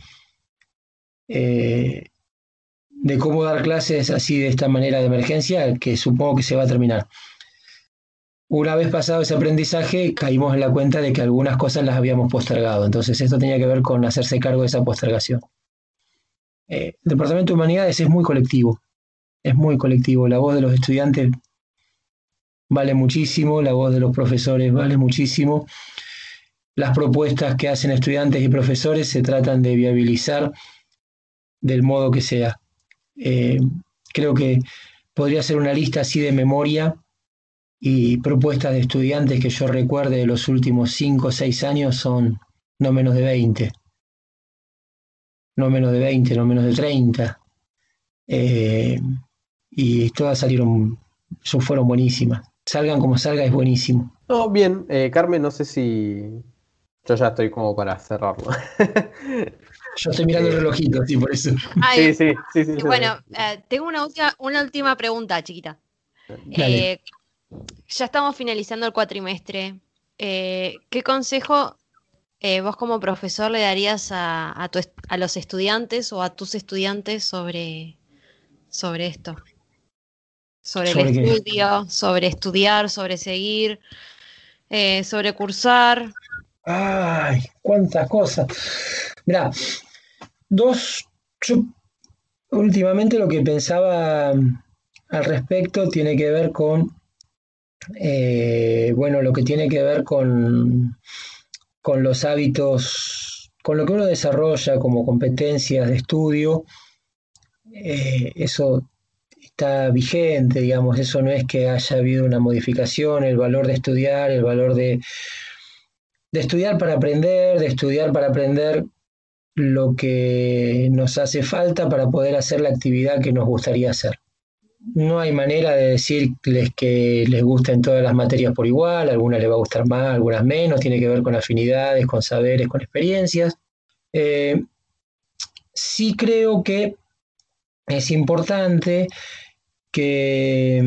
de cómo dar clases así de esta manera de emergencia, que supongo que se va a terminar. Una vez pasado ese aprendizaje, caímos en la cuenta de que algunas cosas las habíamos postergado. Entonces esto tenía que ver con hacerse cargo de esa postergación. El Departamento de Humanidades es muy colectivo. Es muy colectivo. La voz de los estudiantes vale muchísimo, la voz de los profesores vale muchísimo. Las propuestas que hacen estudiantes y profesores se tratan de viabilizar del modo que sea. Creo que podría ser una lista así de memoria y propuestas de estudiantes que yo recuerde de los últimos 5 o 6 años son no menos de 20. No menos de 20, no menos de 30. Y todas fueron buenísimas. Salgan como salga, es buenísimo. No, bien, Carmen, no sé si yo ya estoy como para cerrarlo. Yo estoy mirando el relojito, sí, por eso. Ay, Sí. bueno, tengo una última pregunta, chiquita. Dale. Ya estamos finalizando el cuatrimestre. ¿Qué consejo vos como profesor le darías a los estudiantes o a tus estudiantes sobre esto? Sobre el ¿Sobre qué? estudio, sobre estudiar, sobre seguir, sobre cursar. Ay, cuántas cosas. Mirá, yo últimamente lo que pensaba al respecto tiene que ver con, bueno, lo que tiene que ver con los hábitos, con lo que uno desarrolla como competencias de estudio. Eso está vigente, digamos, eso no es que haya habido una modificación, el valor de estudiar, el valor de estudiar de estudiar para aprender lo que nos hace falta para poder hacer la actividad que nos gustaría hacer. No hay manera de decirles que les gusten todas las materias por igual, algunas les va a gustar más, algunas menos, tiene que ver con afinidades, con saberes, con experiencias. Sí creo que es importante que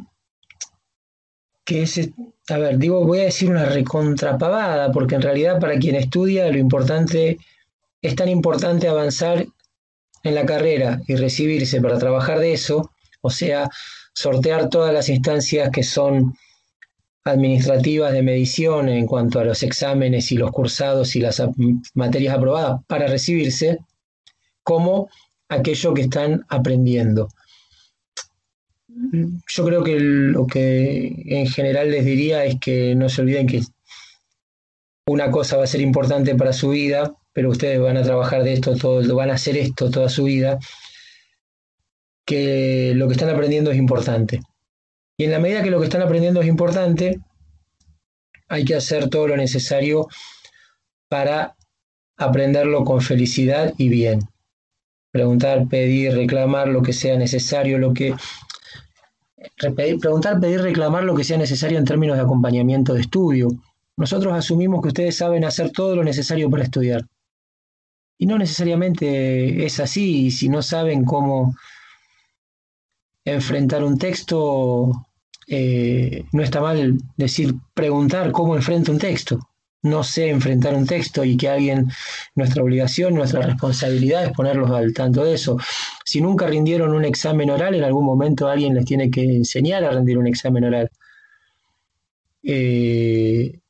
a ver, digo, voy a decir una recontrapavada, porque en realidad para quien estudia lo importante, es tan importante avanzar en la carrera y recibirse para trabajar de eso, o sea, sortear todas las instancias que son administrativas de medición en cuanto a los exámenes y los cursados y las materias aprobadas para recibirse, como aquello que están aprendiendo. Yo creo que lo que en general les diría es que no se olviden que una cosa va a ser importante para su vida, pero ustedes van a trabajar de esto todo, van a hacer esto toda su vida, que lo que están aprendiendo es importante. Y en la medida que lo que están aprendiendo es importante, hay que hacer todo lo necesario para aprenderlo con felicidad y bien. Preguntar, pedir, reclamar lo que sea necesario, preguntar, pedir, reclamar lo que sea necesario en términos de acompañamiento de estudio. Nosotros asumimos que ustedes saben hacer todo lo necesario para estudiar. Y no necesariamente es así, y si no saben cómo enfrentar un texto, no está mal preguntar cómo enfrento un texto. No sé enfrentar un texto y que alguien, nuestra obligación, nuestra responsabilidad es ponerlos al tanto de eso. Si nunca rindieron un examen oral, en algún momento alguien les tiene que enseñar a rendir un examen oral. Y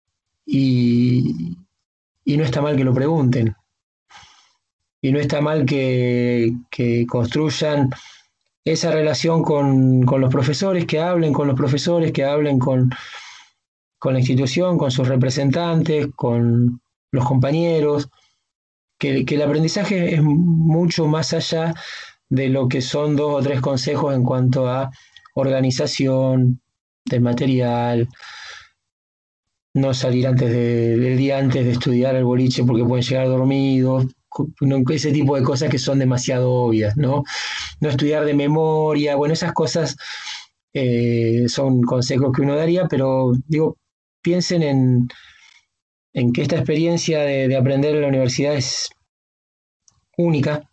no está mal que lo pregunten. Y no está mal que construyan esa relación con los profesores, que hablen con los profesores, que hablen con la institución, con sus representantes, con los compañeros, que el aprendizaje es mucho más allá de lo que son 2 o 3 consejos en cuanto a organización del material, no salir del día antes de estudiar al boliche porque pueden llegar dormidos, ese tipo de cosas que son demasiado obvias, ¿no? No estudiar de memoria, bueno, esas cosas son consejos que uno daría, pero digo, piensen en que esta experiencia de aprender en la universidad es única.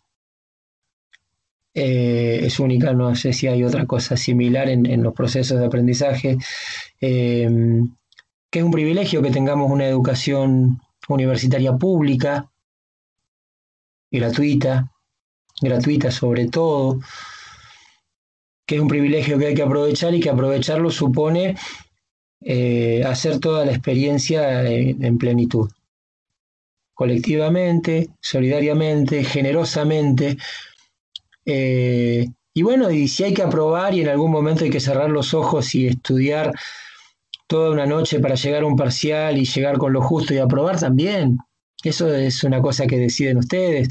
Es única, no sé si hay otra cosa similar en los procesos de aprendizaje. Que es un privilegio que tengamos una educación universitaria pública, gratuita sobre todo, que es un privilegio que hay que aprovechar y que aprovecharlo supone hacer toda la experiencia en plenitud, colectivamente, solidariamente, generosamente, y bueno, y si hay que aprobar y en algún momento hay que cerrar los ojos y estudiar toda una noche para llegar a un parcial y llegar con lo justo y aprobar también, eso es una cosa que deciden ustedes,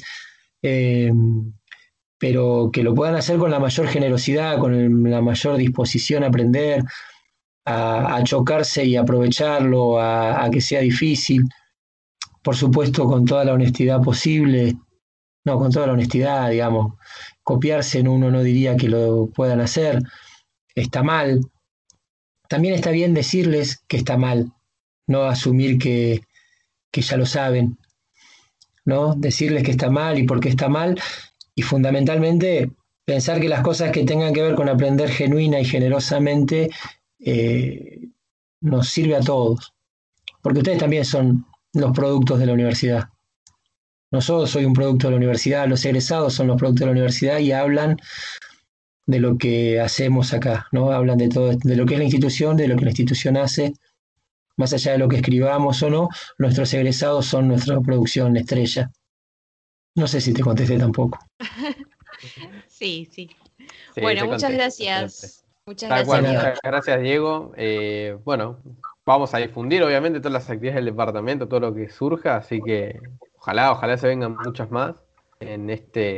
pero que lo puedan hacer con la mayor generosidad, con la mayor disposición a aprender, a chocarse y aprovecharlo, a que sea difícil, por supuesto con toda la honestidad posible, no, con toda la honestidad, digamos, copiarse en uno no diría que lo puedan hacer, está mal, también está bien decirles que está mal, no asumir que ya lo saben, ¿no? Decirles que está mal y por qué está mal, y fundamentalmente pensar que las cosas que tengan que ver con aprender genuina y generosamente nos sirve a todos, porque ustedes también son los productos de la universidad. No solo soy un producto de la universidad, los egresados son los productos de la universidad y hablan de lo que hacemos acá, ¿no? Hablan de todo, de lo que es la institución, de lo que la institución hace, más allá de lo que escribamos o no, nuestros egresados son nuestra producción estrella. No sé si te contesté tampoco. Sí, sí. Sí, Bueno, te muchas contesto, gracias. Muchas Tal cual, gracias, Diego. muchas gracias, Diego. Bueno, vamos a difundir obviamente todas las actividades del departamento, todo lo que surja, así que ojalá se vengan muchas más en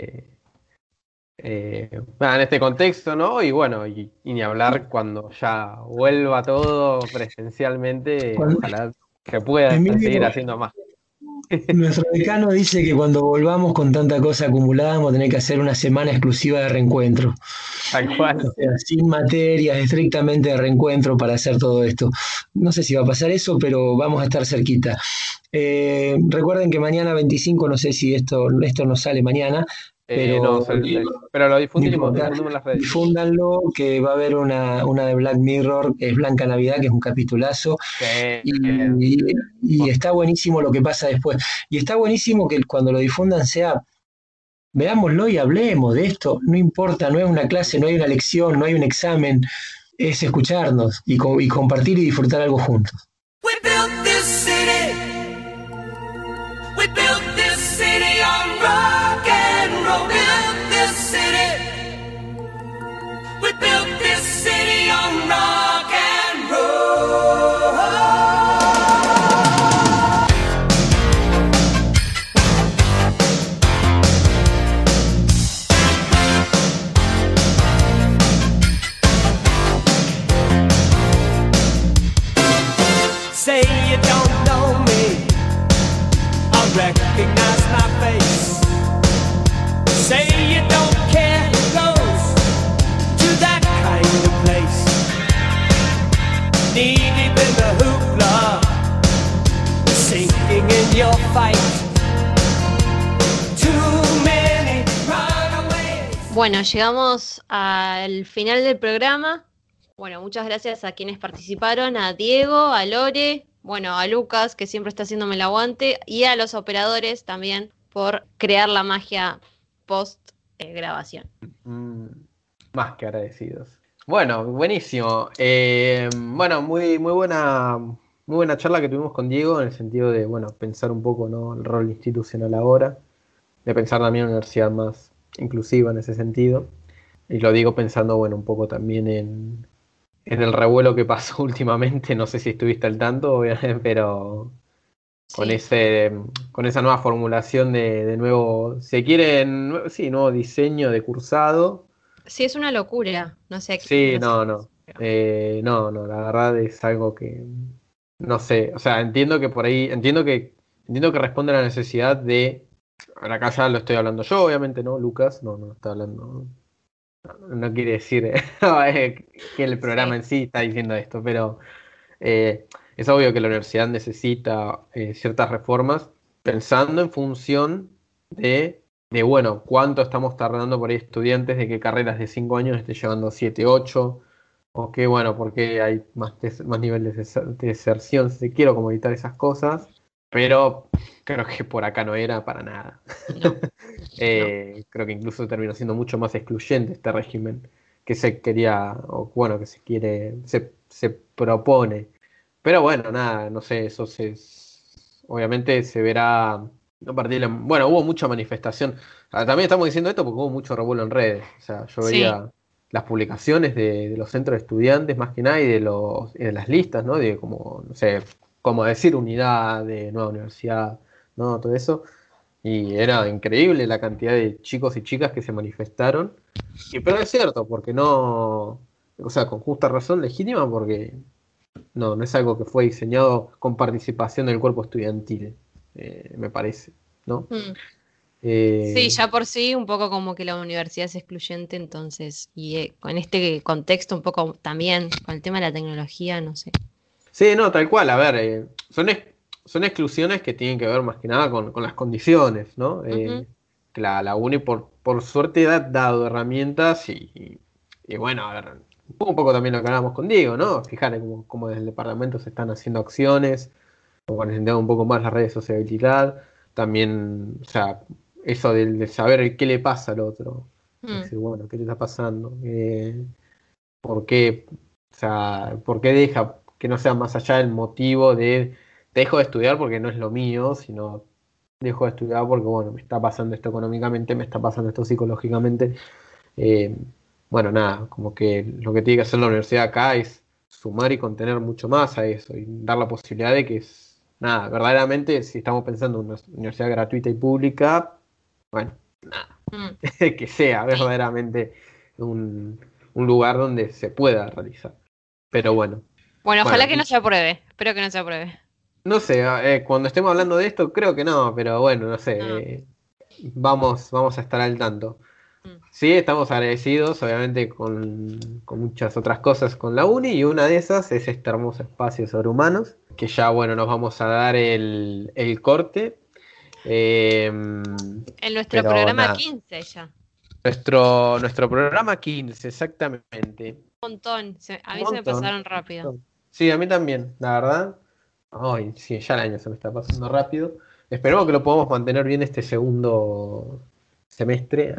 en este contexto, ¿no? Y bueno, y ni hablar cuando ya vuelva todo presencialmente, Cuando- ojalá que pueda seguir Emilio, haciendo más. nuestro decano dice que cuando volvamos con tanta cosa acumulada vamos a tener que hacer una semana exclusiva de reencuentro. Tal cual. O sea, sin materias, estrictamente de reencuentro para hacer todo esto. No sé si va a pasar eso, pero vamos a estar cerquita. Recuerden que mañana 25, no sé si esto no sale mañana, No, pero pero lo no difundimos, importa. difundimos en las redes. Difúndanlo, que va a haber una de Black Mirror, que es Blanca Navidad, que es un capitulazo, y está buenísimo lo que pasa después. Y está buenísimo que cuando lo difundan sea, veámoslo y hablemos de esto, no importa, no es una clase, no hay una lección, no hay un examen, es escucharnos y compartir y disfrutar algo juntos. We built this city. We built this city on rock and roll. Built this city. We built this city on rock and roll. Say you don't know me, I recognize my face. Say you don't care who goes to that kind of place. Knee deep in the hoopla, sinking in your fight. Too many runaways. Bueno, llegamos al final del programa. Bueno, muchas gracias a quienes participaron, a Diego, a Lore, bueno, a Lucas, que siempre está haciéndome el aguante, y a los operadores también por crear la magia post grabación. Más que agradecidos. Bueno, buenísimo. Bueno, muy buena charla que tuvimos con Diego en el sentido de, bueno, pensar un poco, ¿no?, el rol institucional ahora, de pensar también una universidad más inclusiva en ese sentido. Y lo digo pensando, bueno, un poco también en el revuelo que pasó últimamente, no sé si estuviste al tanto, obviamente, pero con Sí. con esa nueva formulación de nuevo, si quieren, nuevo diseño de cursado. Sí, es una locura. No sé, Sí, no sé. no, la verdad es algo que no sé, o sea, entiendo que por ahí, entiendo que responde a la necesidad de, ahora acá ya lo estoy hablando yo, obviamente, ¿no? Lucas, no está hablando, no quiere decir que el programa en sí está diciendo esto, pero es obvio que la universidad necesita ciertas reformas pensando en función bueno, cuánto estamos tardando por ahí estudiantes de que carreras de 5 años esté llevando 7 8 o que bueno, porque hay más niveles de deserción, si se quiere, como evitar esas cosas, pero creo que por acá no era para nada. No. Creo que incluso terminó siendo mucho más excluyente este régimen que se quería, o bueno, que se quiere, se propone. Pero bueno, nada, no sé, obviamente se verá a partir de bueno, hubo mucha manifestación. También estamos diciendo esto porque hubo mucho revuelo en redes. O sea, yo Sí. veía las publicaciones de los centros de estudiantes más que nada y de las listas, ¿no? De como, no sé, como decir unidad de nueva universidad, ¿no? Todo eso. Y era increíble la cantidad de chicos y chicas que se manifestaron. Pero es cierto, porque no, o sea, con justa razón legítima, porque no es algo que fue diseñado con participación del cuerpo estudiantil, me parece, ¿no? Mm. Eh, Sí, ya por sí, un poco como que la universidad es excluyente, entonces, y con este contexto un poco también, con el tema de la tecnología, no sé. Sí, no, tal cual, a ver, son exclusiones que tienen que ver más que nada con las condiciones, ¿no? Ujú. Que la UNI por suerte ha dado herramientas y bueno, a ver, un poco también lo que hablábamos con Diego, ¿no? Fijar cómo desde el departamento se están haciendo acciones como para entender un poco más las redes de sociabilidad, también, o sea, eso de saber qué le pasa al otro, decir, bueno, ¿qué le está pasando? ¿Por qué? O sea, ¿por qué deja que no sea más allá del motivo de dejo de estudiar porque no es lo mío, sino dejo de estudiar porque, bueno, me está pasando esto económicamente, me está pasando esto psicológicamente? Bueno, nada, como que lo que tiene que hacer la universidad acá es sumar y contener mucho más a eso y dar la posibilidad de que, nada, verdaderamente, si estamos pensando en una universidad gratuita y pública, bueno, nada, que sea verdaderamente un lugar donde se pueda realizar. Pero bueno. Bueno, ojalá que no se apruebe. Espero que no se apruebe. No sé, cuando estemos hablando de esto, creo que no, pero bueno, no sé. Vamos a estar al tanto. Sí, estamos agradecidos, obviamente, con muchas otras cosas con la uni, y una de esas es este hermoso espacio sobre humanos, que ya, bueno, nos vamos a dar el corte. En nuestro programa 15 ya. Nuestro programa 15, exactamente. Un montón. A mí se me pasaron rápido. Sí, a mí también, la verdad. Ay, sí, ya el año se me está pasando rápido. Esperemos que lo podamos mantener bien este segundo semestre,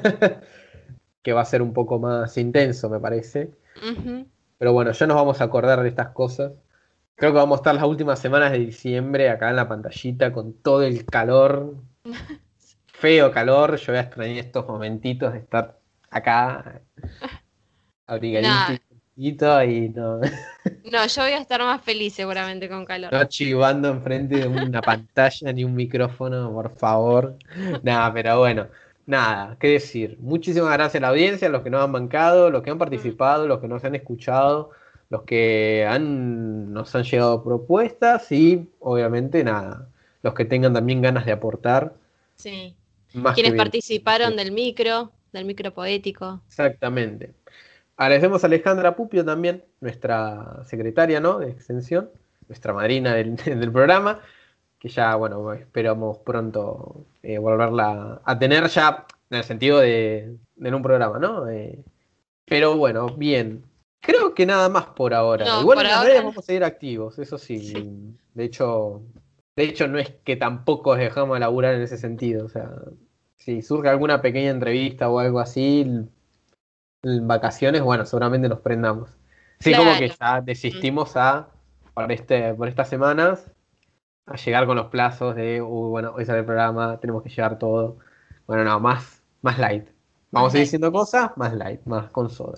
que va a ser un poco más intenso, me parece. Pero bueno, ya nos vamos a acordar de estas cosas. Creo que vamos a estar las últimas semanas de diciembre acá en la pantallita con todo el calor, feo calor. Yo voy a extrañar estos momentitos de estar acá abrigadito y no. No, yo voy a estar más feliz seguramente con calor. No chivando enfrente de una pantalla ni un micrófono, por favor. Nada, pero bueno, nada, qué decir. Muchísimas gracias a la audiencia, a los que nos han bancado, los que han participado, los que nos han escuchado, los que nos han llegado propuestas y, obviamente, nada, los que tengan también ganas de aportar. Sí. Quienes participaron del micro poético. Exactamente. Agradecemos a Alejandra Pupio también, nuestra secretaria, ¿no?, de extensión, nuestra madrina del programa, que ya, bueno, esperamos pronto volverla a tener ya en el sentido de un programa, ¿no? Pero bueno, bien. Creo que nada más por ahora. No, igual por en las ahora redes vamos a seguir activos, eso sí. De hecho, no es que tampoco dejamos de laburar en ese sentido. O sea, si surge alguna pequeña entrevista o algo así en vacaciones, bueno, seguramente nos prendamos. Sí, claro. Como que ya desistimos por estas semanas a llegar con los plazos de, bueno, hoy sale el programa, tenemos que llegar todo. Bueno, no, más light. Vamos a seguir diciendo cosas, más light, más con soda.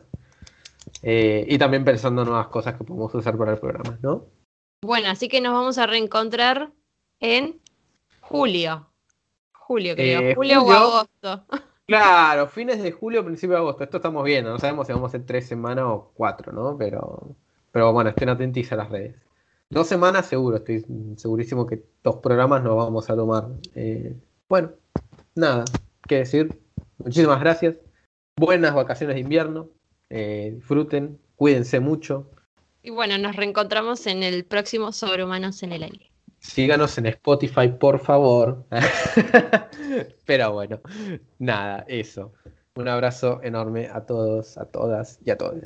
Y también pensando en nuevas cosas que podemos usar para el programa, ¿no? Bueno, así que nos vamos a reencontrar en julio. Julio, creo. Julio o agosto. Claro, fines de julio, principio de agosto. Esto estamos viendo, no sabemos si vamos a hacer 3 semanas o 4, ¿no? Pero bueno, estén atentos a las redes. 2 semanas seguro, estoy segurísimo que 2 programas nos vamos a tomar. Bueno, nada, qué decir. Muchísimas gracias. Buenas vacaciones de invierno. Disfruten, cuídense mucho. Y bueno, nos reencontramos en el próximo Sobrehumanos en el Aire. Síganos en Spotify, por favor. Pero bueno, nada, eso. Un abrazo enorme a todos, a todas y a todos.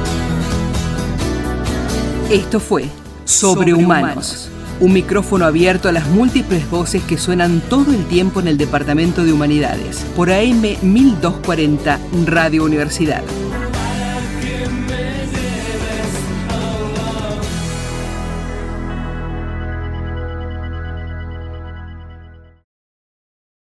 Esto fue Sobrehumanos, un micrófono abierto a las múltiples voces que suenan todo el tiempo en el Departamento de Humanidades, por AM 1240 Radio Universidad.